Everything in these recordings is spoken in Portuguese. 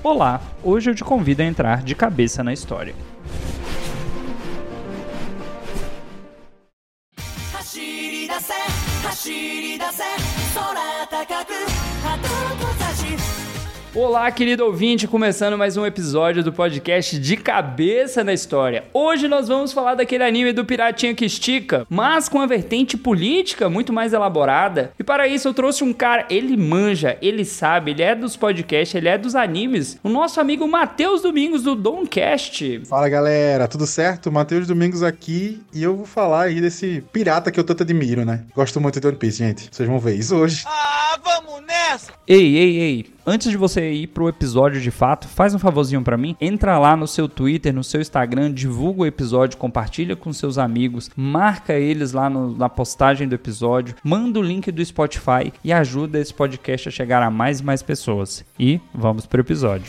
Olá, hoje eu te convido a entrar de cabeça na história. Olá, querido ouvinte, começando mais um episódio do podcast De Cabeça na História. Hoje nós vamos falar daquele anime do Piratinha que Estica, mas com uma vertente política muito mais elaborada. E para isso eu trouxe um cara, ele manja, ele sabe, ele é dos podcasts, ele é dos animes, o nosso amigo Matheus Domingos do Domcast. Fala galera, tudo certo? Matheus Domingos aqui e eu vou falar aí desse pirata que eu tanto admiro, né? Gosto muito de One Piece, gente. Vocês vão ver isso hoje. Ah, vamos nessa! Ei. Antes de você ir pro episódio de fato, faz um favorzinho pra mim. Entra lá no seu Twitter, no seu Instagram, divulga o episódio, compartilha com seus amigos, marca eles lá na postagem do episódio, manda o link do Spotify e ajuda esse podcast a chegar a mais e mais pessoas. E vamos pro episódio.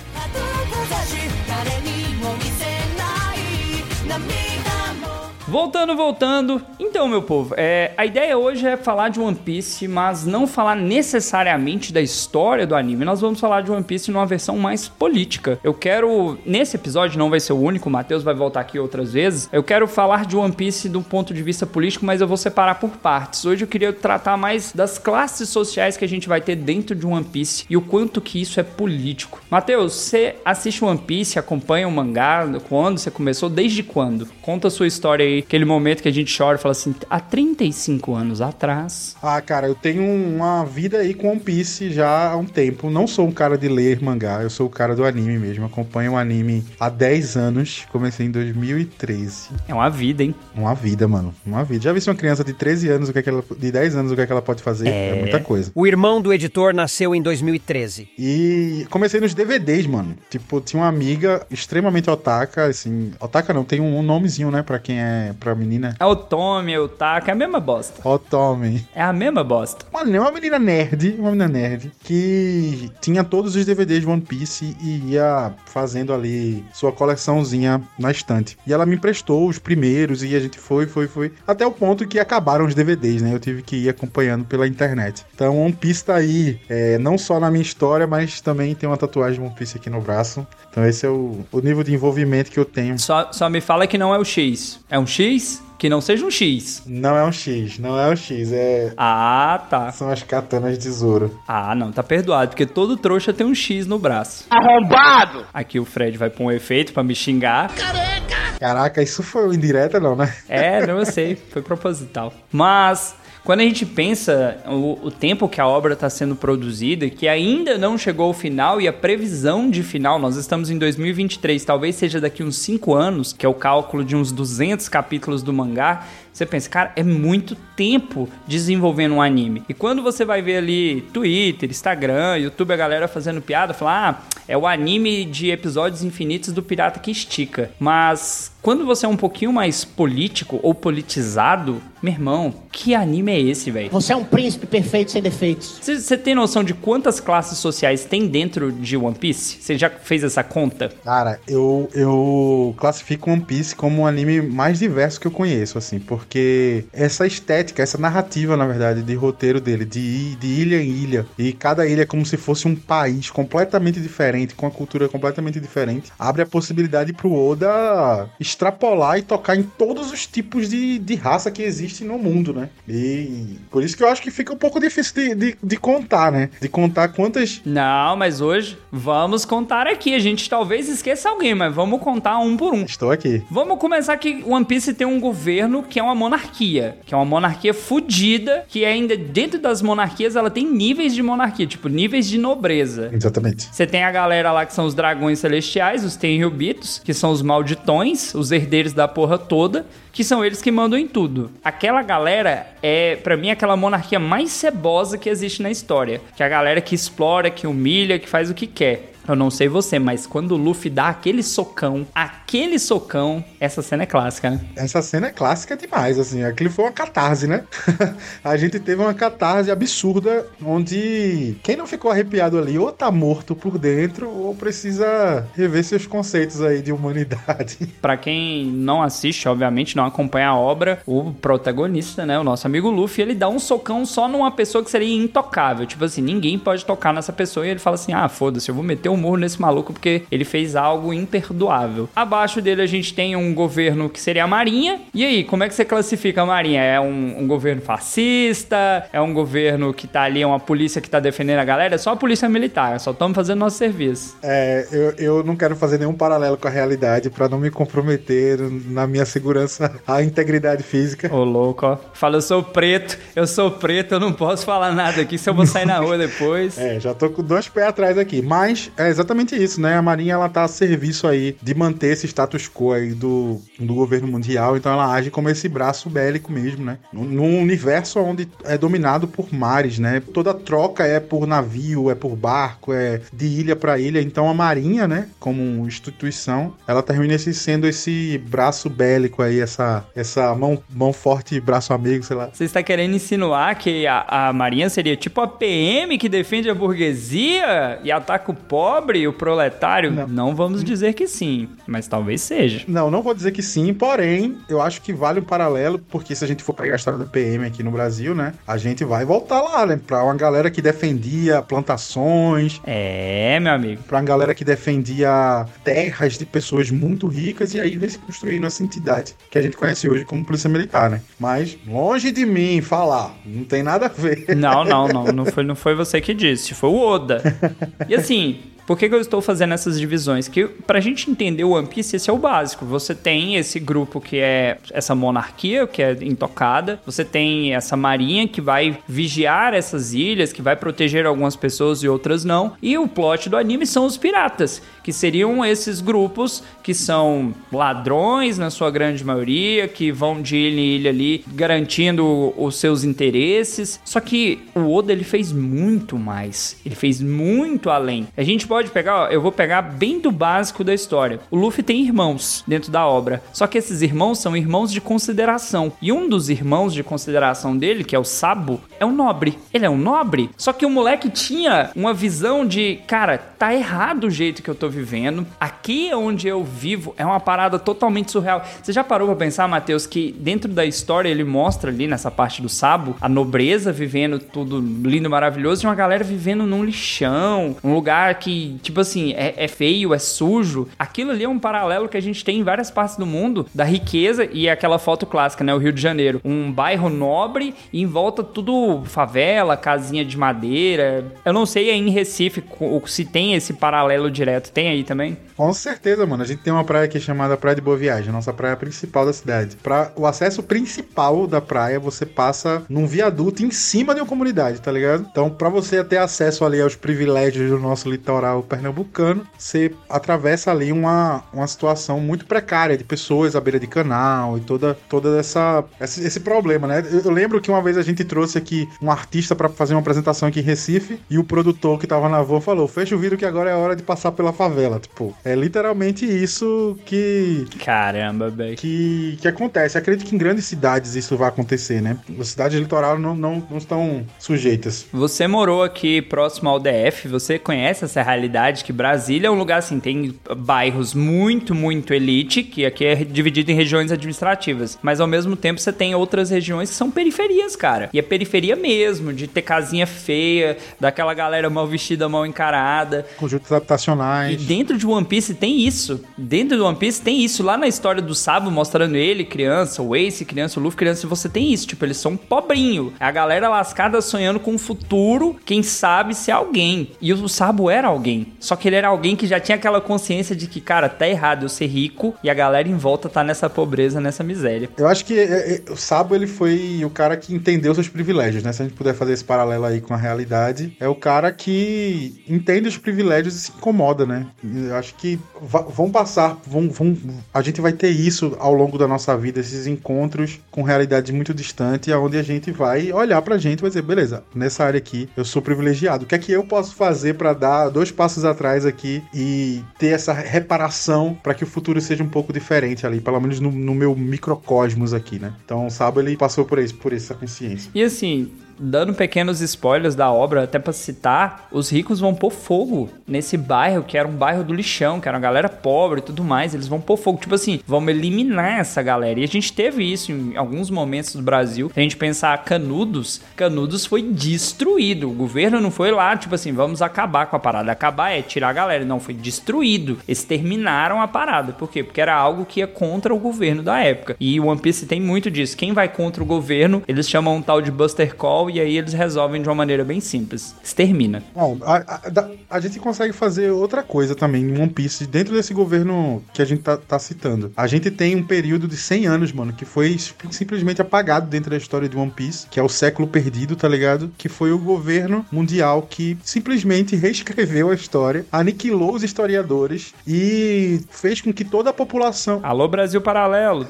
Voltando. Então, meu povo, a ideia hoje é falar de One Piece, mas não falar necessariamente da história do anime. Nós vamos falar de One Piece numa versão mais política. Eu quero, nesse episódio, não vai ser o único, o Matheus vai voltar aqui outras vezes, eu quero falar de One Piece do ponto de vista político, mas eu vou separar por partes. Hoje eu queria tratar mais das classes sociais que a gente vai ter dentro de One Piece e o quanto que isso é político. Matheus, você assiste One Piece, acompanha o mangá, quando você começou, desde quando? Conta a sua história aí. Aquele momento que a gente chora e fala assim, há 35 anos atrás... Ah, cara, eu tenho uma vida aí com One Piece já há um tempo. Não sou um cara de ler mangá, eu sou o cara do anime mesmo. Acompanho o anime há 10 anos, comecei em 2013. É uma vida, hein? Uma vida, mano. Uma vida. Já vi se uma criança de 13 anos, de 10 anos, o que é que ela pode fazer? É muita coisa. O irmão do editor nasceu em 2013. E comecei nos DVDs, mano. Tipo, tinha uma amiga extremamente otaka, assim... Otaka não, tem um nomezinho, né, pra quem é... pra menina. É o Tommy, é o Taka, é a mesma bosta. O Tommy. É a mesma bosta. Uma menina nerd, que tinha todos os DVDs de One Piece e ia fazendo ali sua coleçãozinha na estante. E ela me emprestou os primeiros e a gente foi, até o ponto que acabaram os DVDs, né? Eu tive que ir acompanhando pela internet. Então One Piece tá aí, não só na minha história, mas também tem uma tatuagem de One Piece aqui no braço. Então esse é o nível de envolvimento que eu tenho. Só me fala que não é o X. É um X? Que não seja um X. Não é um X, Ah, tá. São as katanas de tesouro. Ah, não, tá perdoado, porque todo trouxa tem um X no braço. Arrombado! Aqui o Fred vai pôr um efeito pra me xingar. Caraca, isso foi indireta não, né? Não, eu sei, foi proposital. Mas... quando a gente pensa o tempo que a obra está sendo produzida, que ainda não chegou ao final e a previsão de final, nós estamos em 2023, talvez seja daqui uns 5 anos, que é o cálculo de uns 200 capítulos do mangá, você pensa, cara, é muito tempo desenvolvendo um anime. E quando você vai ver ali Twitter, Instagram, YouTube, a galera fazendo piada, fala, é o anime de episódios infinitos do Pirata que Estica. Mas quando você é um pouquinho mais político ou politizado, meu irmão, que anime é esse, velho? Você é um príncipe perfeito sem defeitos. Você tem noção de quantas classes sociais tem dentro de One Piece? Você já fez essa conta? Cara, eu classifico One Piece como um anime mais diverso que eu conheço, assim, porque essa estética, essa narrativa, na verdade, de roteiro dele, de ilha em ilha, e cada ilha é como se fosse um país completamente diferente, com uma cultura completamente diferente, abre a possibilidade pro Oda extrapolar e tocar em todos os tipos de raça que existe no mundo, né? E por isso que eu acho que fica um pouco difícil de contar, né? De contar quantas... Não, mas hoje vamos contar aqui. A gente talvez esqueça alguém, mas vamos contar um por um. Estou aqui. Vamos começar que One Piece tem um governo que é uma monarquia. Que é uma monarquia fodida, que ainda dentro das monarquias ela tem níveis de monarquia, tipo níveis de nobreza. Exatamente. Você tem a galera lá que são os dragões celestiais, os Tenryubitos, que são os malditões, os herdeiros da porra toda, que são eles que mandam em tudo. Aquela galera é, pra mim, aquela monarquia mais cebosa que existe na história. Que é a galera que explora, que humilha, que faz o que quer. Eu não sei você, mas quando o Luffy dá aquele socão, essa cena é clássica, né? Essa cena é clássica demais, assim. Aquilo foi uma catarse, né? A gente teve uma catarse absurda, onde quem não ficou arrepiado ali ou tá morto por dentro, ou precisa rever seus conceitos aí de humanidade. Pra quem não assiste, obviamente, não acompanha a obra, o protagonista, né, o nosso amigo Luffy, ele dá um socão só numa pessoa que seria intocável. Tipo assim, ninguém pode tocar nessa pessoa, e ele fala assim, foda-se, eu vou meter um murro nesse maluco porque ele fez algo imperdoável. Abaixo dele a gente tem um governo que seria a Marinha. E aí, como é que você classifica a Marinha? É um governo fascista? É um governo que tá ali, é uma polícia que tá defendendo a galera? É só a polícia militar, só estamos fazendo nosso serviço. Eu não quero fazer nenhum paralelo com a realidade pra não me comprometer na minha segurança, a integridade física. Ô, louco, ó. Fala, eu sou preto, eu não posso falar nada aqui se eu vou sair na rua depois. Já tô com 2 pés atrás aqui. Mas é exatamente isso, né? A Marinha, ela tá a serviço aí de manter esse status quo aí do governo mundial, então ela age como esse braço bélico mesmo, né? Num universo onde é dominado por mares, né? Toda troca é por navio, é por barco, é de ilha pra ilha, então a Marinha, né, como instituição, ela termina sendo esse braço bélico aí, essa mão forte, braço amigo, sei lá. Você está querendo insinuar que a Marinha seria tipo a PM que defende a burguesia e ataca o pobre e o proletário? Não vamos dizer que sim, mas talvez seja. Não vou dizer que sim, porém, eu acho que vale um paralelo, porque se a gente for pegar a história da PM aqui no Brasil, né, a gente vai voltar lá, né, pra uma galera que defendia plantações. Meu amigo. Pra uma galera que defendia terras de pessoas muito ricas, e aí vem se construindo essa entidade que a gente conhece hoje como Polícia Militar, né? Mas, longe de mim falar, não tem nada a ver. Não foi você que disse, foi o Oda. E assim, por que eu estou fazendo essas divisões? Que pra gente entender o One Piece, esse é o básico. Você tem esse grupo que é essa monarquia, que é intocada. Você tem essa marinha que vai vigiar essas ilhas, que vai proteger algumas pessoas e outras não. E o plot do anime são os piratas, que seriam esses grupos que são ladrões, na sua grande maioria, que vão de ilha em ilha ali, garantindo os seus interesses. Só que o Oda, ele fez muito mais. Ele fez muito além. A gente pode pegar, eu vou pegar bem do básico da história. O Luffy tem irmãos dentro da obra, só que esses irmãos são irmãos de consideração. E um dos irmãos de consideração dele, que é o Sabo, é um nobre. Ele é um nobre, só que o moleque tinha uma visão de, cara, tá errado o jeito que eu tô vivendo. Aqui onde eu vivo é uma parada totalmente surreal. Você já parou pra pensar, Matheus, que dentro da história ele mostra ali nessa parte do Sabo a nobreza vivendo tudo lindo, maravilhoso, e uma galera vivendo num lixão, um lugar que, tipo assim, é feio, é sujo. Aquilo ali é um paralelo que a gente tem em várias partes do mundo, da riqueza, e aquela foto clássica, né, o Rio de Janeiro, um bairro nobre e em volta tudo favela, casinha de madeira. Eu não sei aí em Recife se tem esse paralelo direto. Tem aí também? Com certeza, mano. A gente tem uma praia aqui chamada Praia de Boa Viagem, a nossa praia principal da cidade. Para o acesso principal da praia, você passa num viaduto em cima de uma comunidade, tá ligado? Então, para você ter acesso ali aos privilégios do nosso litoral pernambucano, você atravessa ali uma situação muito precária de pessoas à beira de canal e toda esse problema, né? Eu lembro que uma vez a gente trouxe aqui um artista para fazer uma apresentação aqui em Recife e o produtor que tava na van falou: fecha o vidro que agora é a hora de passar pela favela. Tipo, é literalmente isso que... Caramba, velho. Que acontece. Acredito que em grandes cidades isso vai acontecer, né? As cidades litorais não estão sujeitas. Você morou aqui próximo ao DF, você conhece essa realidade que Brasília é um lugar assim, tem bairros muito, muito elite, que aqui é dividido em regiões administrativas, mas ao mesmo tempo você tem outras regiões que são periferias, cara. E é periferia mesmo, de ter casinha feia, daquela galera mal vestida, mal encarada. Conjuntos habitacionais. E dentro de One Piece tem isso. Dentro do One Piece tem isso. Lá na história do Sabo, mostrando ele criança, o Ace criança, o Luffy criança, você tem isso. Tipo, eles são pobrinho. É a galera lascada sonhando com um futuro, quem sabe ser alguém. E o Sabo era alguém. Só que ele era alguém que já tinha aquela consciência de que, cara, tá errado eu ser rico e a galera em volta tá nessa pobreza, nessa miséria. Eu acho que o Sabo, ele foi o cara que entendeu seus privilégios, né? Se a gente puder fazer esse paralelo aí com a realidade, é o cara que entende os privilégios e se incomoda, né? Eu acho que a gente vai ter isso ao longo da nossa vida, esses encontros com realidades muito distantes, onde a gente vai olhar pra gente e vai dizer, beleza, nessa área aqui eu sou privilegiado, o que é que eu posso fazer pra dar 2 passos atrás aqui e ter essa reparação pra que o futuro seja um pouco diferente ali, pelo menos no meu microcosmos aqui, né? Então o Sabo, ele passou por essa consciência. E assim, dando pequenos spoilers da obra, até pra citar, os ricos vão pôr fogo nesse bairro, que era um bairro do lixão, que era uma galera pobre e tudo mais, eles vão pôr fogo, tipo assim, vamos eliminar essa galera. E a gente teve isso em alguns momentos do Brasil. Se a gente pensar Canudos foi destruído. O governo não foi lá, tipo assim, vamos acabar com a parada. Acabar é tirar a galera. Não, foi destruído. Exterminaram a parada. Por quê? Porque era algo que ia contra o governo da época. E o One Piece tem muito disso. Quem vai contra o governo, eles chamam um tal de Buster Call e aí eles resolvem de uma maneira bem simples. Extermina. Bom, a gente consegue fazer outra coisa também em One Piece, dentro desse governo que a gente tá citando. A gente tem um período de 100 anos, mano, que foi simplesmente apagado dentro da história de One Piece, que é o século perdido, tá ligado? Que foi o governo mundial que simplesmente reescreveu a história, aniquilou os historiadores e fez com que toda a população... Alô, Brasil Paralelo!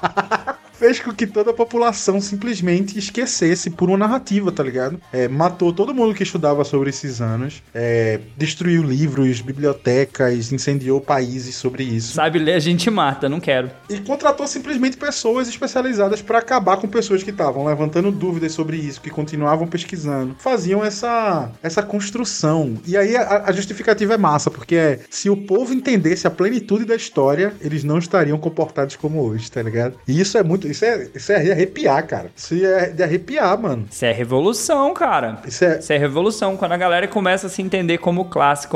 Fez com que toda a população simplesmente esquecesse por uma narrativa, tá ligado? Matou todo mundo que estudava sobre esses anos, destruiu livros, bibliotecas, incendiou países sobre isso. Sabe ler, a gente mata, não quero. E contratou simplesmente pessoas especializadas pra acabar com pessoas que estavam levantando dúvidas sobre isso, que continuavam pesquisando, faziam essa construção. E aí a justificativa é massa, porque se o povo entendesse a plenitude da história, eles não estariam comportados como hoje, tá ligado? E isso é muito... Isso é de arrepiar, cara. Isso é de arrepiar, mano. Isso é revolução, cara. Isso é revolução. Quando a galera começa a se entender como classe,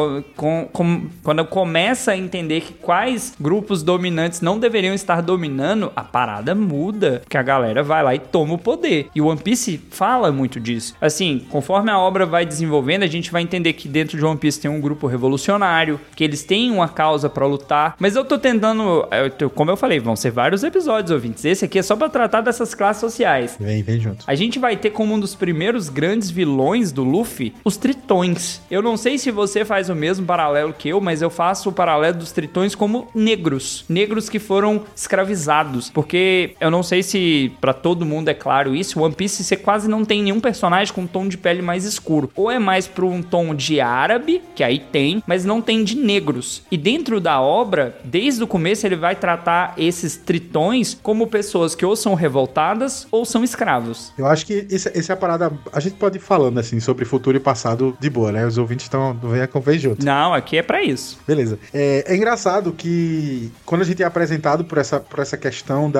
quando começa a entender que quais grupos dominantes não deveriam estar dominando, a parada muda. Porque a galera vai lá e toma o poder. E o One Piece fala muito disso. Assim, conforme a obra vai desenvolvendo, a gente vai entender que dentro de One Piece tem um grupo revolucionário, que eles têm uma causa pra lutar. Mas eu tô tentando... Como eu falei, vão ser vários episódios, ouvintes. Esse aqui é só pra tratar dessas classes sociais. Vem junto. A gente vai ter como um dos primeiros grandes vilões do Luffy, os tritões. Eu não sei se você faz o mesmo paralelo que eu, mas eu faço o paralelo dos tritões como negros. Negros que foram escravizados. Porque eu não sei se pra todo mundo é claro isso, One Piece você quase não tem nenhum personagem com um tom de pele mais escuro. Ou é mais pra um tom de árabe, que aí tem, mas não tem de negros. E dentro da obra, desde o começo ele vai tratar esses tritões como pessoas que ou são revoltadas ou são escravos. Eu acho que essa é a parada... A gente pode ir falando, assim, sobre futuro e passado de boa, né? Os ouvintes estão... Vem acompanhar junto. Não, aqui é pra isso. Beleza. É engraçado que quando a gente é apresentado por essa questão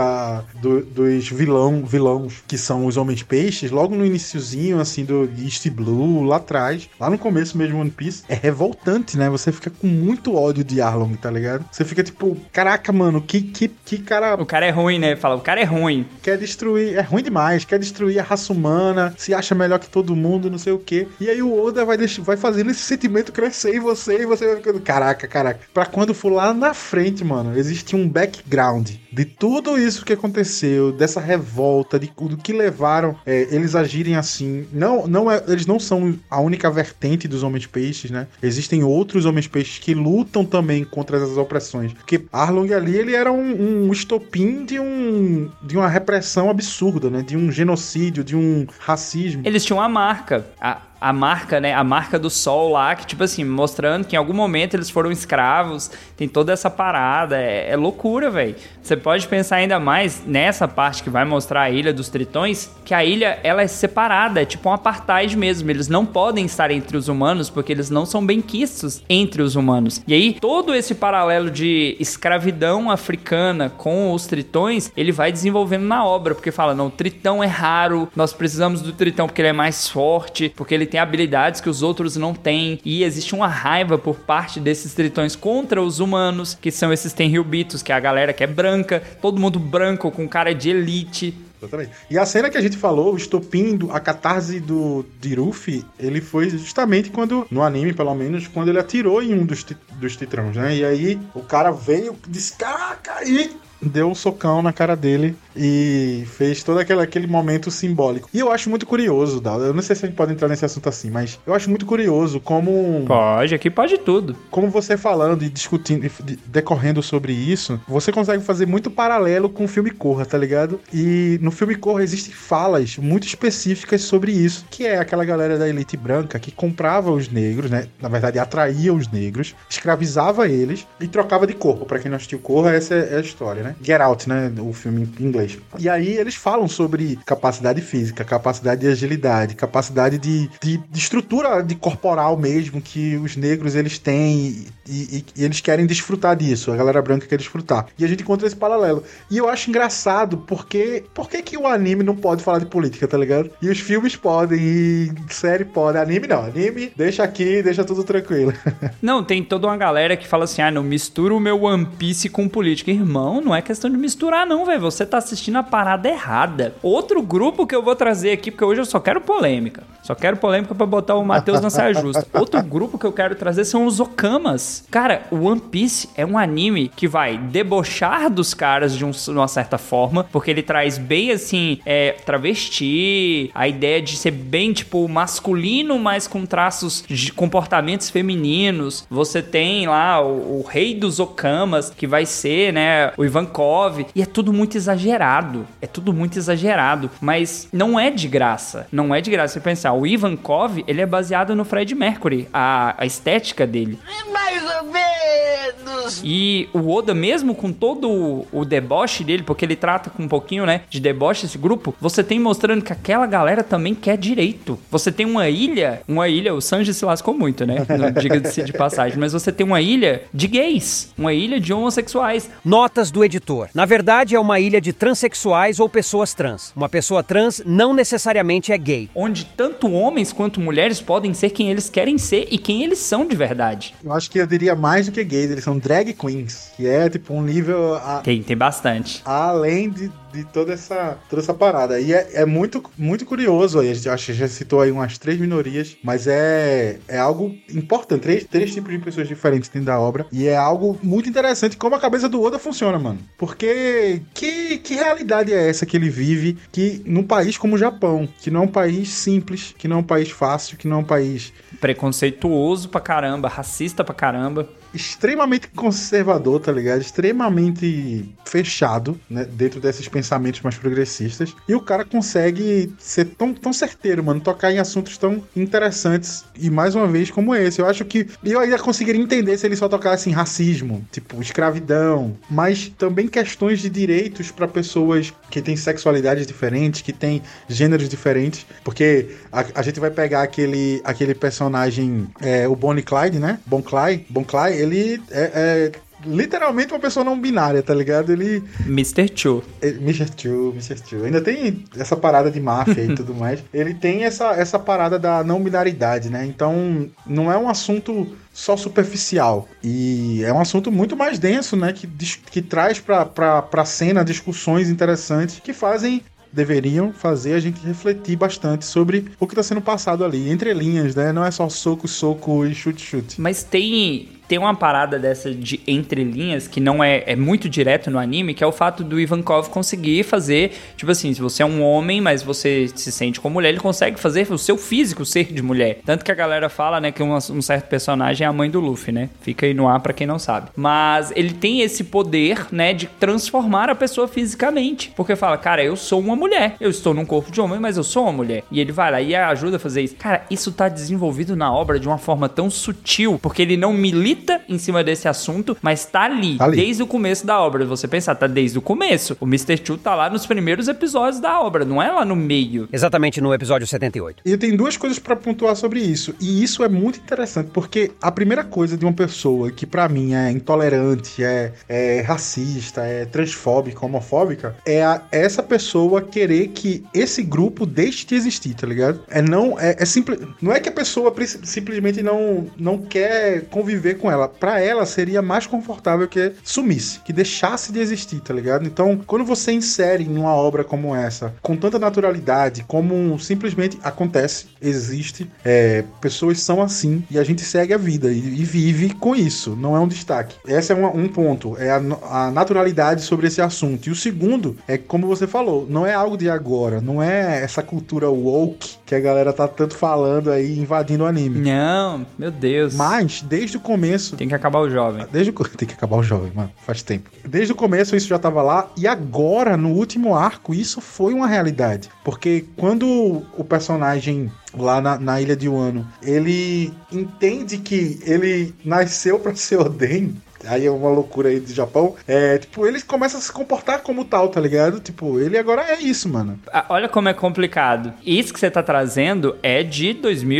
dos vilões, que são os Homens-Peixes, logo no iniciozinho, assim, do East Blue, lá atrás, lá no começo mesmo One Piece, é revoltante, né? Você fica com muito ódio de Arlong, tá ligado? Você fica tipo, caraca, mano, que cara... O cara é ruim, né? Fala, o cara é ruim. Quer destruir, é ruim demais, quer destruir a raça humana, se acha melhor que todo mundo, não sei o quê. E aí o Oda vai fazendo esse sentimento crescer em você e você vai ficando, caraca. Pra quando for lá na frente, mano, existe um background de tudo isso que aconteceu, dessa revolta, do que levaram eles agirem assim. Eles não são a única vertente dos Homens-Peixes, né? Existem outros Homens-Peixes que lutam também contra essas opressões. Porque Arlong ali, ele era um estopim de uma repressão absurda, né? De um genocídio, de um racismo. Eles tinham a marca. A marca, né? A marca do sol lá, que tipo assim, mostrando que em algum momento eles foram escravos, tem toda essa parada, é loucura, velho. Você pode pensar ainda mais nessa parte que vai mostrar a Ilha dos Tritões, que a ilha, ela é separada, é tipo um apartheid mesmo, eles não podem estar entre os humanos, porque eles não são benquistos entre os humanos. E aí, todo esse paralelo de escravidão africana com os tritões, ele vai desenvolvendo na obra, porque fala, não, o tritão é raro, nós precisamos do tritão porque ele é mais forte, porque ele tem habilidades que os outros não têm, e existe uma raiva por parte desses tritões contra os humanos, que são esses Tenryubitos, que é a galera que é branca, todo mundo branco com cara de elite. Exatamente. E a cena que a gente falou, o estopim, a catarse de Ruffy, ele foi justamente quando, no anime pelo menos, quando ele atirou em um dos titrões, né? E aí o cara veio, disse, caraca, e deu um socão na cara dele e fez todo aquele momento simbólico. E eu acho muito curioso, Dal, eu não sei se a gente pode entrar nesse assunto assim, mas eu acho muito curioso como... Pode, aqui pode tudo. Como você falando e discutindo, decorrendo sobre isso, você consegue fazer muito paralelo com o filme Korra, tá ligado? E no filme Korra existem falas muito específicas sobre isso, que é aquela galera da elite branca que comprava os negros, né? Na verdade, atraía os negros, escravizava eles e trocava de corpo. Pra quem não assistiu Korra, essa é a história, né? né? Get Out, né? O filme em inglês. E aí eles falam sobre capacidade física, capacidade de agilidade, capacidade de estrutura de corporal mesmo que os negros eles têm e eles querem desfrutar disso. A galera branca quer desfrutar. E a gente encontra esse paralelo. E eu acho engraçado porque por que o anime não pode falar de política, tá ligado? E os filmes podem, e série pode. Anime não. Anime deixa aqui, deixa tudo tranquilo. Não, tem toda uma galera que fala assim, não mistura o meu One Piece com política. Irmão, não é questão de misturar não, velho. Você tá assistindo a parada errada. Outro grupo que eu vou trazer aqui, porque hoje eu só quero polêmica. Só quero polêmica pra botar o Matheus na saia justa. Outro grupo que eu quero trazer são os Okamas. Cara, o One Piece é um anime que vai debochar dos caras de uma certa forma, porque ele traz bem, assim, travesti, a ideia de ser bem, tipo, masculino, mas com traços de comportamentos femininos. Você tem lá o rei dos Okamas, que vai ser, né, o Ivankov, e é tudo muito exagerado. É tudo muito exagerado, mas não é de graça. Não é de graça. Você pensar, o Ivankov, ele é baseado no Freddie Mercury, a estética dele. Mais ou menos. E o Oda, mesmo com todo o deboche dele, porque ele trata com um pouquinho, né, de deboche esse grupo, você tem mostrando que aquela galera também quer direito. Você tem uma ilha, o Sanji se lascou muito, né, diga-se de passagem, mas você tem uma ilha de gays, uma ilha de homossexuais. Notas do editor. Na verdade, é uma ilha de transexuais ou pessoas trans. Uma pessoa trans não necessariamente é gay. Onde tanto homens quanto mulheres podem ser quem eles querem ser e quem eles são de verdade. Eu acho que eu diria mais do que gays, eles são drag queens, que é tipo um nível... Tem bastante. Além de toda essa parada. E é muito, muito curioso aí. A gente acho que já citou aí umas 3 minorias, mas é algo importante. Três tipos de pessoas diferentes dentro da obra. E é algo muito interessante como a cabeça do Oda funciona, mano. Porque que realidade é essa que ele vive que num país como o Japão, que não é um país simples, que não é um país fácil, que não é um país... preconceituoso pra caramba, racista pra caramba. Extremamente conservador, tá ligado? Extremamente fechado, né? Dentro desses pensamentos mais progressistas. E o cara consegue ser tão certeiro, mano. Tocar em assuntos tão interessantes. E mais uma vez, como esse. Eu acho que... eu ainda conseguiria entender se ele só tocasse em racismo. Tipo, escravidão. Mas também questões de direitos pra pessoas que têm sexualidades diferentes, que têm gêneros diferentes. Porque a gente vai pegar aquele personagem, o Bonnie Clyde, né? Bon Clyde, ele é literalmente uma pessoa não binária, tá ligado? Ele... Mr. Chu. Mr. Chu. Ainda tem essa parada de máfia e tudo mais. Ele tem essa parada da não binaridade, né? Então, não é um assunto só superficial. E é um assunto muito mais denso, né? Que traz pra cena discussões interessantes que deveriam fazer a gente refletir bastante sobre o que está sendo passado ali, entre linhas, né? Não é só soco e chute. Mas tem uma parada dessa de entrelinhas que não é muito direto no anime, que é o fato do Ivankov conseguir fazer, tipo assim, se você é um homem, mas você se sente como mulher, ele consegue fazer o seu físico ser de mulher. Tanto que a galera fala, né, que um certo personagem é a mãe do Luffy, né? Fica aí no ar pra quem não sabe. Mas ele tem esse poder, né, de transformar a pessoa fisicamente. Porque fala, cara, eu sou uma mulher. Eu estou num corpo de homem, mas eu sou uma mulher. E ele vai lá e ajuda a fazer isso. Cara, isso tá desenvolvido na obra de uma forma tão sutil, porque ele não milita em cima desse assunto, mas tá ali desde o começo da obra. Você pensar, tá desde o começo. O Mr. Chu tá lá nos primeiros episódios da obra, não é lá no meio. Exatamente no episódio 78. E tem 2 coisas pra pontuar sobre isso. E isso é muito interessante, porque a primeira coisa de uma pessoa que pra mim é intolerante, é racista, é transfóbica, homofóbica, é essa pessoa querer que esse grupo deixe de existir, tá ligado? Não é que a pessoa simplesmente não quer conviver com ela. Pra ela seria mais confortável que sumisse, que deixasse de existir, tá ligado? Então, quando você insere em uma obra como essa, com tanta naturalidade, como simplesmente acontece, existe, pessoas são assim, e a gente segue a vida e vive com isso, não é um destaque. Esse é um ponto, é a naturalidade sobre esse assunto. E o segundo é, como você falou, não é algo de agora, não é essa cultura woke que a galera tá tanto falando aí, invadindo o anime. Não, meu Deus. Mas, desde o começo... Tem que acabar o jovem. Tem que acabar o jovem, mano. Faz tempo. Desde o começo isso já tava lá, e agora, no último arco, isso foi uma realidade. Porque quando o personagem lá na Ilha de Wano, ele entende que ele nasceu pra ser Oden, aí é uma loucura aí do Japão. Tipo, eles começam a se comportar como tal, tá ligado? Tipo, ele agora é isso, mano. Olha como é complicado. Isso que você tá trazendo é de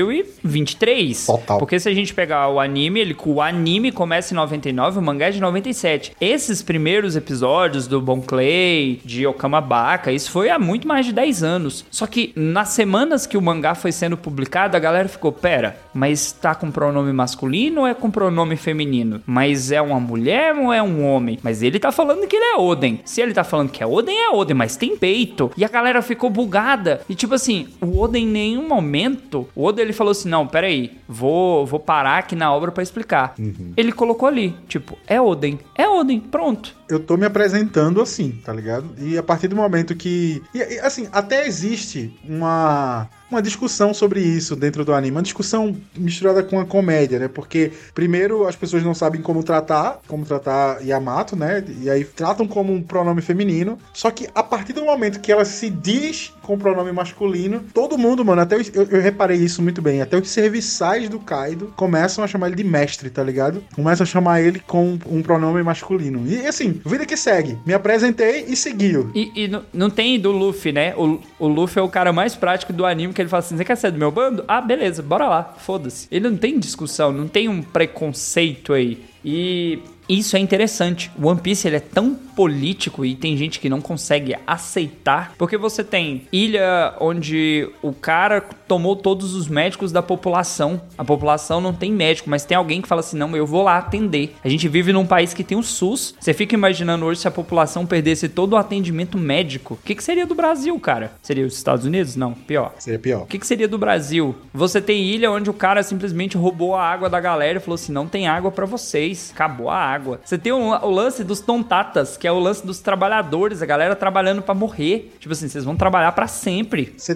2023. Total. Porque se a gente pegar o anime, o anime começa em 99, o mangá é de 97. Esses primeiros episódios do Bon Clay, de Okama Baka, isso foi há muito mais de 10 anos. Só que nas semanas que o mangá foi sendo publicado, a galera ficou, pera, mas tá com pronome masculino ou é com pronome feminino? Mas é uma mulher ou é um homem? Mas ele tá falando que ele é Oden. Se ele tá falando que é Oden, mas tem peito. E a galera ficou bugada. E tipo assim, o Oden em nenhum momento, o Oden ele falou assim, não, peraí, vou parar aqui na obra pra explicar. Ele colocou ali, tipo, é Oden, pronto. Eu tô me apresentando assim, tá ligado? E a partir do momento que... E, assim, até existe uma discussão sobre isso dentro do anime. Uma discussão misturada com a comédia, né? Porque, primeiro, as pessoas não sabem como tratar Yamato, né? E aí tratam como um pronome feminino. Só que, a partir do momento que ela se diz com pronome masculino, todo mundo, mano, até eu reparei isso muito bem, até os serviçais do Kaido começam a chamar ele de mestre, tá ligado? Começam a chamar ele com um pronome masculino. E, assim, vida que segue. Me apresentei e seguiu. E não tem do Luffy, né? O Luffy é o cara mais prático do anime, que ele fala assim, você quer ser do meu bando? Ah, beleza, bora lá, foda-se. Ele não tem discussão, não tem um preconceito aí. E isso é interessante. O One Piece ele é tão político e tem gente que não consegue aceitar, porque você tem ilha onde o cara tomou todos os médicos da população. A população não tem médico, mas tem alguém que fala assim, não, eu vou lá atender. A gente vive num país que tem o SUS. Você fica imaginando hoje se a população perdesse todo o atendimento médico. O que seria do Brasil, cara? Seria os Estados Unidos? Não, pior. Seria pior. O que seria do Brasil? Você tem ilha onde o cara simplesmente roubou a água da galera e falou assim, não tem água pra vocês. Acabou a água. Você tem o lance dos tontatas, que é o lance dos trabalhadores, a galera trabalhando pra morrer. Tipo assim, vocês vão trabalhar pra sempre. Você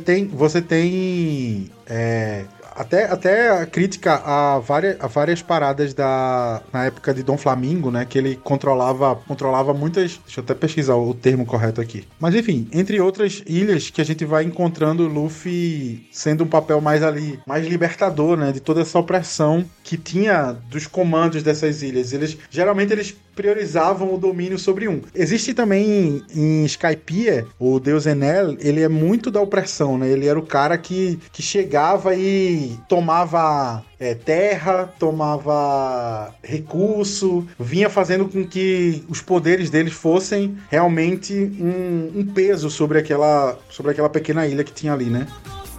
tem até a crítica a várias paradas na época de Dom Flamingo, né? Que ele controlava muitas... Deixa eu até pesquisar o termo correto aqui. Mas enfim, entre outras ilhas que a gente vai encontrando o Luffy sendo um papel mais libertador, né? De toda essa opressão que tinha dos comandos dessas ilhas. Geralmente eles priorizavam o domínio sobre um. Existe também em Skypiea, o deus Enel, ele é muito da opressão, né? Ele era o cara que chegava e tomava terra, tomava recurso, vinha fazendo com que os poderes deles fossem realmente um peso sobre aquela pequena ilha que tinha ali, né?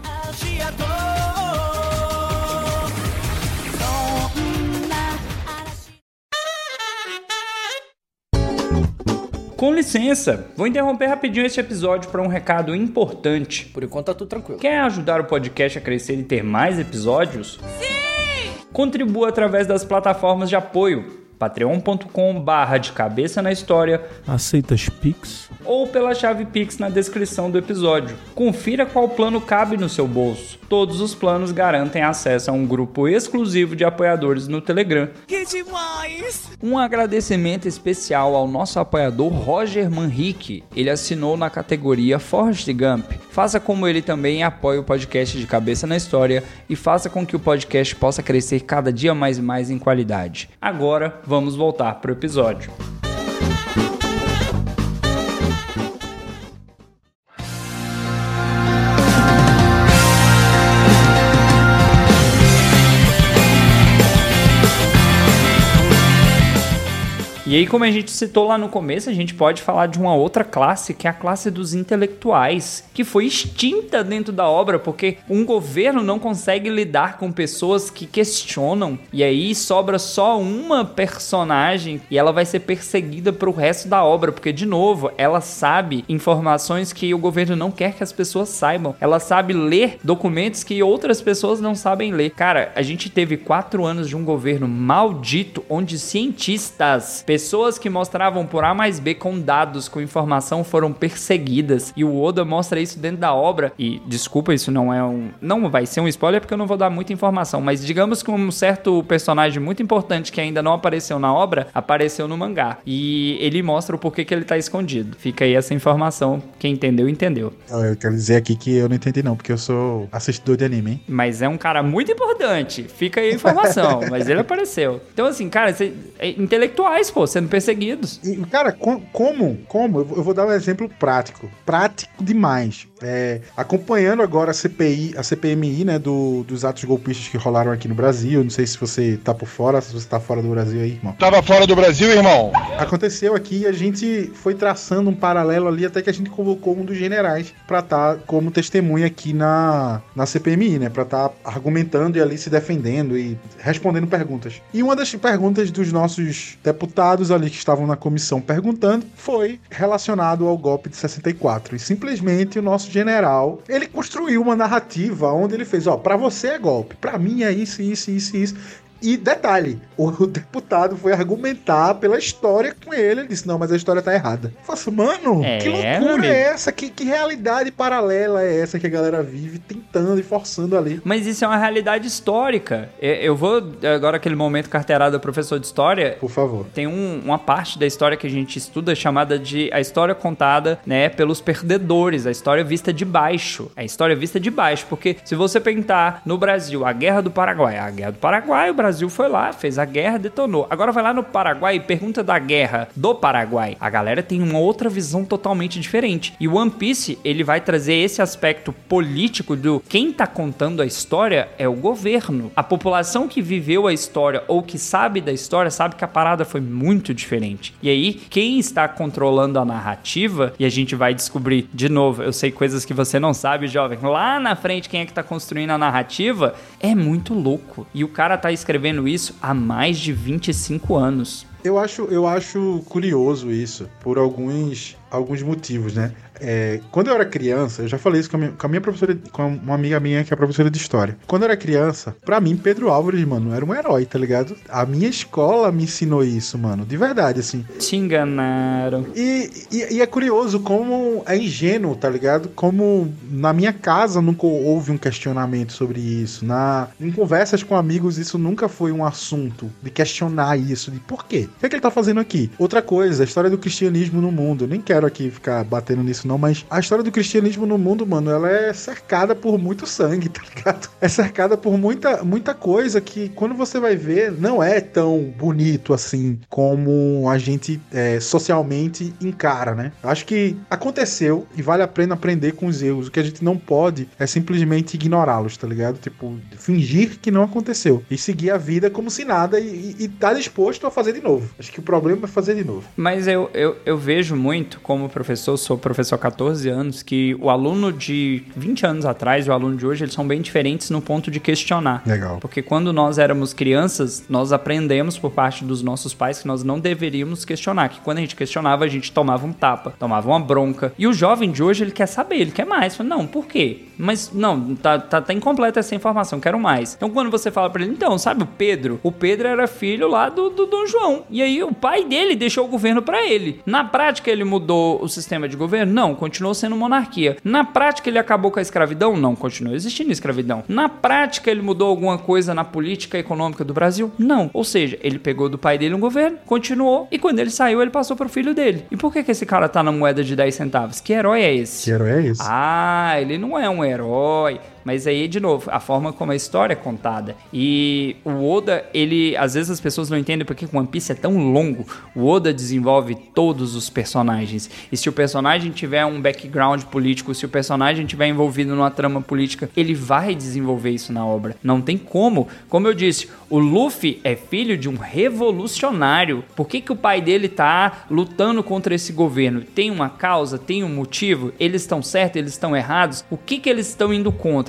Com licença, vou interromper rapidinho este episódio para um recado importante. Por enquanto tá tudo tranquilo. Quer ajudar o podcast a crescer e ter mais episódios? Sim! Contribua através das plataformas de apoio. patreon.com/de cabeça na história. Aceitas Pix? Ou pela chave Pix na descrição do episódio. Confira qual plano cabe no seu bolso. Todos os planos garantem acesso a um grupo exclusivo de apoiadores no Telegram. Que demais! Um agradecimento especial ao nosso apoiador Roger Manrique. Ele assinou na categoria Forrest Gump. Faça como ele também e apoie o podcast de Cabeça na História e faça com que o podcast possa crescer cada dia mais e mais em qualidade. Agora, vamos voltar para o episódio. E aí, como a gente citou lá no começo, a gente pode falar de uma outra classe, que é a classe dos intelectuais, que foi extinta dentro da obra, porque um governo não consegue lidar com pessoas que questionam, e aí sobra só uma personagem e ela vai ser perseguida pro resto da obra, porque, de novo, ela sabe informações que o governo não quer que as pessoas saibam. Ela sabe ler documentos que outras pessoas não sabem ler. Cara, a gente teve 4 anos de um governo maldito, onde cientistas, pessoas Pessoas que mostravam por A mais B com dados, com informação, foram perseguidas. E o Oda mostra isso dentro da obra. E, desculpa, isso não vai ser um spoiler porque eu não vou dar muita informação. Mas digamos que um certo personagem muito importante que ainda não apareceu na obra, apareceu no mangá. E ele mostra o porquê que ele tá escondido. Fica aí essa informação. Quem entendeu, entendeu. Eu quero dizer aqui que eu não entendi não, porque eu sou assistidor de anime, hein? Mas é um cara muito importante. Fica aí a informação. Mas ele apareceu. Então, assim, cara, intelectuais, pô, sendo perseguidos. E, cara, como? Eu vou dar um exemplo prático. Prático demais. Acompanhando agora a CPMI, né, dos atos golpistas que rolaram aqui no Brasil. Não sei se você tá por fora, se você tá fora do Brasil aí, irmão. Tava fora do Brasil, irmão? Aconteceu aqui e a gente foi traçando um paralelo ali até que a gente convocou um dos generais pra estar como testemunha aqui na CPMI, né, pra estar argumentando e ali se defendendo e respondendo perguntas. E uma das perguntas dos nossos deputados ali que estavam na comissão perguntando foi relacionado ao golpe de 64. E simplesmente o nosso general, ele construiu uma narrativa onde ele fez, pra você é golpe, pra mim é isso. E detalhe, o deputado foi argumentar pela história com ele. Ele disse, não, mas a história tá errada. Eu falei assim, mano, que loucura é essa? Que realidade paralela é essa que a galera vive tentando e forçando ali? Mas isso é uma realidade histórica. Eu vou, agora aquele momento carteirada professor de história. Por favor. Tem uma parte da história que a gente estuda chamada de a história contada, né, pelos perdedores, a história vista de baixo. A história vista de baixo, porque se você perguntar no Brasil, a Guerra do Paraguai, o Brasil foi lá, fez a guerra, detonou. Agora vai lá no Paraguai e pergunta da guerra do Paraguai. A galera tem uma outra visão totalmente diferente. E o One Piece, ele vai trazer esse aspecto político do quem tá contando a história é o governo. A população que viveu a história ou que sabe da história sabe que a parada foi muito diferente. E aí, quem está controlando a narrativa, e a gente vai descobrir de novo, eu sei coisas que você não sabe, jovem, lá na frente quem é que tá construindo a narrativa, é muito louco. E o cara tá escrevendo isso há mais de 25 anos. Eu acho curioso isso, por alguns motivos, né? Quando eu era criança, eu já falei isso com a minha professora, com uma amiga minha que é professora de história. Quando eu era criança, pra mim, Pedro Álvares, mano, era um herói, tá ligado? A minha escola me ensinou isso, mano, de verdade, assim. Te enganaram. E é curioso como é ingênuo, tá ligado? Como na minha casa nunca houve um questionamento sobre isso. Em conversas com amigos, isso nunca foi um assunto de questionar isso, de por quê? O que é que ele tá fazendo aqui? Outra coisa, a história do cristianismo no mundo. Eu nem quero aqui ficar batendo nisso não, mas a história do cristianismo no mundo, mano, ela é cercada por muito sangue, tá ligado? É cercada por muita coisa que quando você vai ver, não é tão bonito assim como a gente socialmente encara, né? Eu acho que aconteceu e vale a pena aprender com os erros. O que a gente não pode é simplesmente ignorá-los, tá ligado? Tipo, fingir que não aconteceu e seguir a vida como se nada e tá disposto a fazer de novo. Acho que o problema é fazer de novo. Mas eu vejo muito como professor, sou professor há 14 anos, que o aluno de 20 anos atrás e o aluno de hoje, eles são bem diferentes no ponto de questionar. Legal. Porque quando nós éramos crianças, nós aprendemos por parte dos nossos pais que nós não deveríamos questionar, que quando a gente questionava, a gente tomava um tapa, tomava uma bronca. E o jovem de hoje, ele quer saber, ele quer mais. Fala, não, por quê? Mas não, tá incompleta essa informação, quero mais. Então quando você fala pra ele, então, sabe o Pedro? O Pedro era filho lá do Dom João. E aí o pai dele deixou o governo pra ele. Na prática ele mudou o sistema de governo? Não, continuou sendo monarquia. Na prática ele acabou com a escravidão? Não, continuou existindo escravidão. Na prática ele mudou alguma coisa na política econômica do Brasil? Não. Ou seja, ele pegou do pai dele um governo, continuou, e quando ele saiu ele passou pro filho dele. E por que esse cara tá na moeda de 10 centavos? Que herói é esse? Que herói é esse? Ah, ele não é um herói. Mas aí, de novo, a forma como a história é contada. E o Oda, ele... Às vezes as pessoas não entendem porque o One Piece é tão longo. O Oda desenvolve todos os personagens. E se o personagem tiver um background político, se o personagem tiver envolvido numa trama política, ele vai desenvolver isso na obra. Não tem como. Como eu disse, o Luffy é filho de um revolucionário. Por que o pai dele tá lutando contra esse governo? Tem uma causa? Tem um motivo? Eles estão certos? Eles estão errados? O que eles estão indo contra?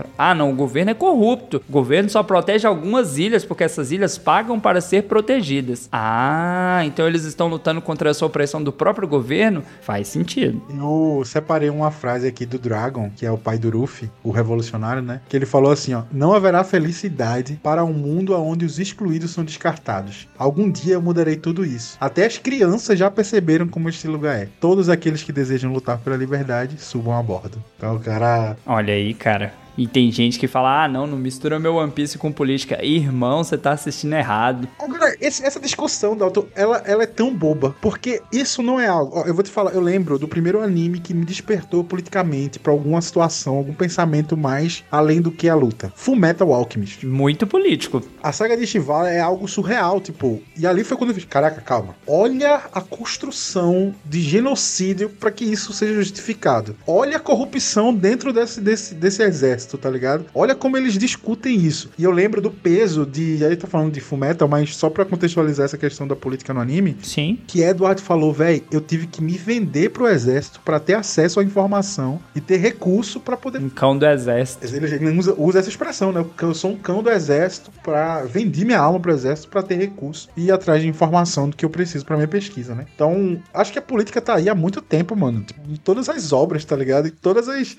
contra. Ah, não, o governo é corrupto. O governo só protege algumas ilhas porque essas ilhas pagam para ser protegidas. Ah, então eles estão lutando contra essa opressão do próprio governo? Faz sentido. Eu separei uma frase aqui do Dragon, que é o pai do Ruffy, o revolucionário, né? Que ele falou assim, ó: não haverá felicidade para um mundo onde os excluídos são descartados. Algum dia eu mudarei tudo isso. Até as crianças já perceberam como este lugar é. Todos aqueles que desejam lutar pela liberdade, subam a bordo. Então o cara... Olha aí, cara. E tem gente que fala, não mistura meu One Piece com política. Irmão, você tá assistindo errado. Agora, essa discussão, Dalton, ela é tão boba, porque isso não é algo... Ó, eu vou te falar, eu lembro do primeiro anime que me despertou politicamente pra alguma situação, algum pensamento mais além do que a luta. Fullmetal Alchemist. Muito político. A saga de Shivala é algo surreal, tipo... E ali foi quando eu vi, caraca, calma. Olha a construção de genocídio pra que isso seja justificado. Olha a corrupção dentro desse exército, tá ligado? Olha como eles discutem isso. E eu lembro do peso de... A gente tá falando de Fullmetal, mas só pra contextualizar essa questão da política no anime. Sim. Que Edward falou, véi, eu tive que me vender pro exército pra ter acesso à informação e ter recurso pra poder... Um cão do exército. Ele usa essa expressão, né? Eu sou um cão do exército pra... Vendi minha alma pro exército pra ter recurso e ir atrás de informação do que eu preciso pra minha pesquisa, né? Então, acho que a política tá aí há muito tempo, mano. Em todas as obras, tá ligado? Em todas as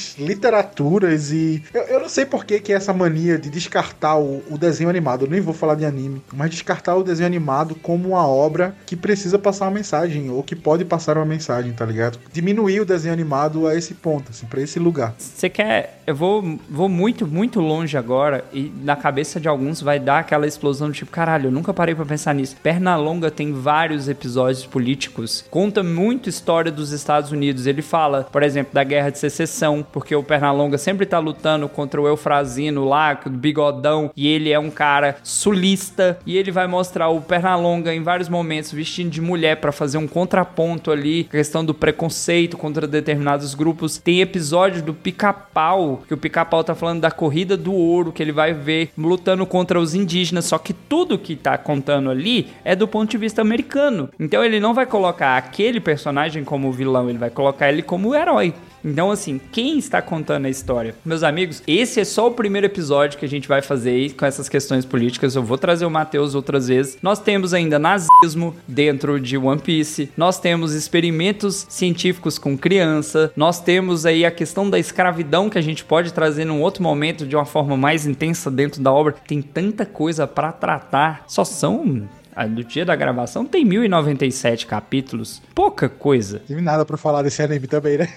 literaturas e... Eu não sei por que essa mania de descartar o desenho animado, eu nem vou falar de anime, mas descartar o desenho animado como uma obra que precisa passar uma mensagem, ou que pode passar uma mensagem, tá ligado? Diminuir o desenho animado a esse ponto, assim, pra esse lugar. Você quer... Eu vou muito, muito longe agora e na cabeça de alguns vai dar aquela explosão tipo, caralho, eu nunca parei pra pensar nisso. Pernalonga tem vários episódios políticos, conta muito história dos Estados Unidos. Ele fala, por exemplo, da Guerra de Secessão, porque o Pernalonga sempre tá lutando contra o Eufrazino lá, do bigodão, e ele é um cara sulista, e ele vai mostrar o Pernalonga em vários momentos vestindo de mulher pra fazer um contraponto ali, questão do preconceito contra determinados grupos. Tem episódio do Pica-Pau, que o Pica-Pau tá falando da corrida do ouro, que ele vai ver lutando contra os indígenas, só que tudo que tá contando ali é do ponto de vista americano. Então ele não vai colocar aquele personagem como vilão, ele vai colocar ele como herói. Então, assim, quem está contando a história? Meus amigos, esse é só o primeiro episódio que a gente vai fazer aí com essas questões políticas. Eu vou trazer o Matheus outras vezes. Nós temos ainda nazismo dentro de One Piece. Nós temos experimentos científicos com criança. Nós temos aí a questão da escravidão que a gente pode trazer num outro momento de uma forma mais intensa dentro da obra. Tem tanta coisa para tratar. Só são... Do dia da gravação tem 1097 capítulos. Pouca coisa. Não tive nada pra falar desse anime também, né?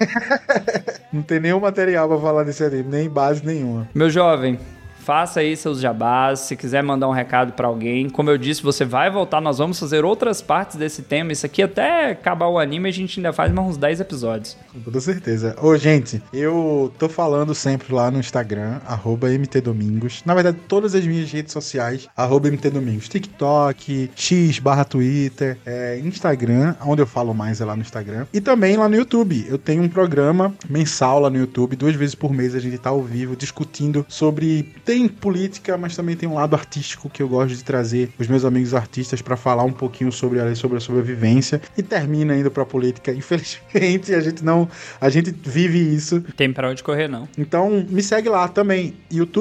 Não tem nenhum material pra falar desse anime, nem base nenhuma. Meu jovem, faça aí seus jabás, se quiser mandar um recado pra alguém. Como eu disse, você vai voltar, nós vamos fazer outras partes desse tema. Isso aqui até acabar o anime a gente ainda faz mais uns 10 episódios. Com toda certeza. Ô, gente, eu tô falando sempre lá no Instagram, @mtdomingos. Na verdade, todas as minhas redes sociais, @mtdomingos. TikTok, X/Twitter, Instagram, onde eu falo mais é lá no Instagram. E também lá no YouTube. Eu tenho um programa mensal lá no YouTube, 2 vezes por mês a gente tá ao vivo discutindo sobre... Tem política, mas também tem um lado artístico que eu gosto de trazer os meus amigos artistas pra falar um pouquinho sobre a sobrevivência. E termina indo pra política. Infelizmente, a gente vive isso. Tem pra onde correr, não. Então, me segue lá também,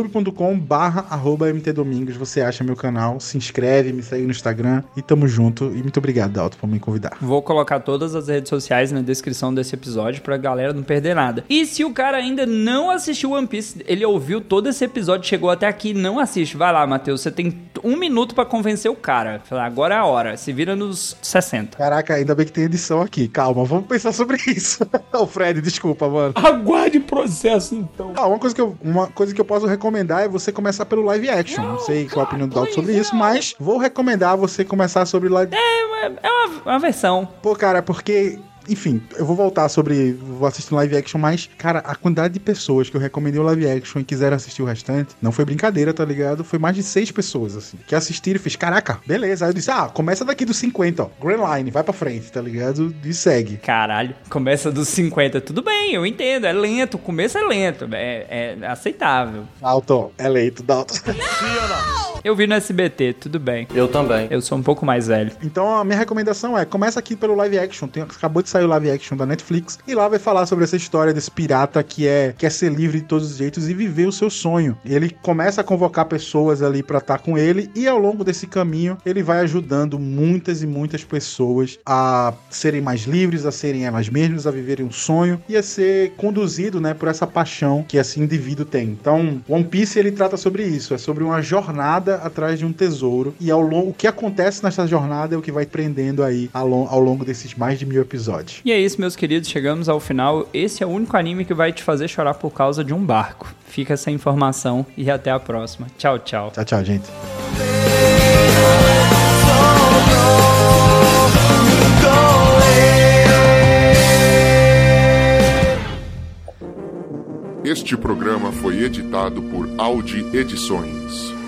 youtube.com/mtdomingos. Você acha meu canal, se inscreve, me segue no Instagram e tamo junto. E muito obrigado, Dalton, por me convidar. Vou colocar todas as redes sociais na descrição desse episódio pra galera não perder nada. E se o cara ainda não assistiu One Piece, ele ouviu todo esse episódio, chegou até aqui, não assiste. Vai lá, Matheus, você tem 1 minuto pra convencer o cara. Falar, agora é a hora, se vira nos 60. Caraca, ainda bem que tem edição aqui. Calma, vamos pensar sobre isso. Ô, Fred, desculpa, mano. Aguarde o processo, então. Uma coisa que eu posso recomendar é você começar pelo live action. Não sei qual a opinião do Dalton sobre isso, mas vou recomendar você começar sobre live... É uma versão. Pô, cara, porque... Enfim, eu vou voltar vou assistir um live action, mas, cara, a quantidade de pessoas que eu recomendei o live action e quiseram assistir o restante, não foi brincadeira, tá ligado? Foi mais de 6 pessoas, assim, que assistiram e fez, caraca, beleza. Aí eu disse, começa daqui dos 50, ó, Grand Line, vai pra frente, tá ligado? E segue. Caralho, começa dos 50, tudo bem, eu entendo, é lento, o começo é lento, é aceitável. Dalton, é leito, Dalton. Eu vi no SBT, tudo bem. Eu também. Eu sou um pouco mais velho. Então a minha recomendação começa aqui pelo live action, acabou de saiu live action da Netflix, e lá vai falar sobre essa história desse pirata que quer ser livre de todos os jeitos e viver o seu sonho. Ele começa a convocar pessoas ali pra estar com ele, e ao longo desse caminho ele vai ajudando muitas e muitas pessoas a serem mais livres, a serem elas mesmas, a viverem um sonho e a ser conduzido, né, por essa paixão que esse indivíduo tem. Então, One Piece ele trata sobre isso, é sobre uma jornada atrás de um tesouro, e o que acontece nessa jornada é o que vai prendendo aí ao longo desses mais de 1000 episódios. E é isso, meus queridos, chegamos ao final. Esse é o único anime que vai te fazer chorar por causa de um barco. Fica essa informação e até a próxima. Tchau, tchau. Tchau, tchau, gente. Este programa foi editado por Audi Edições.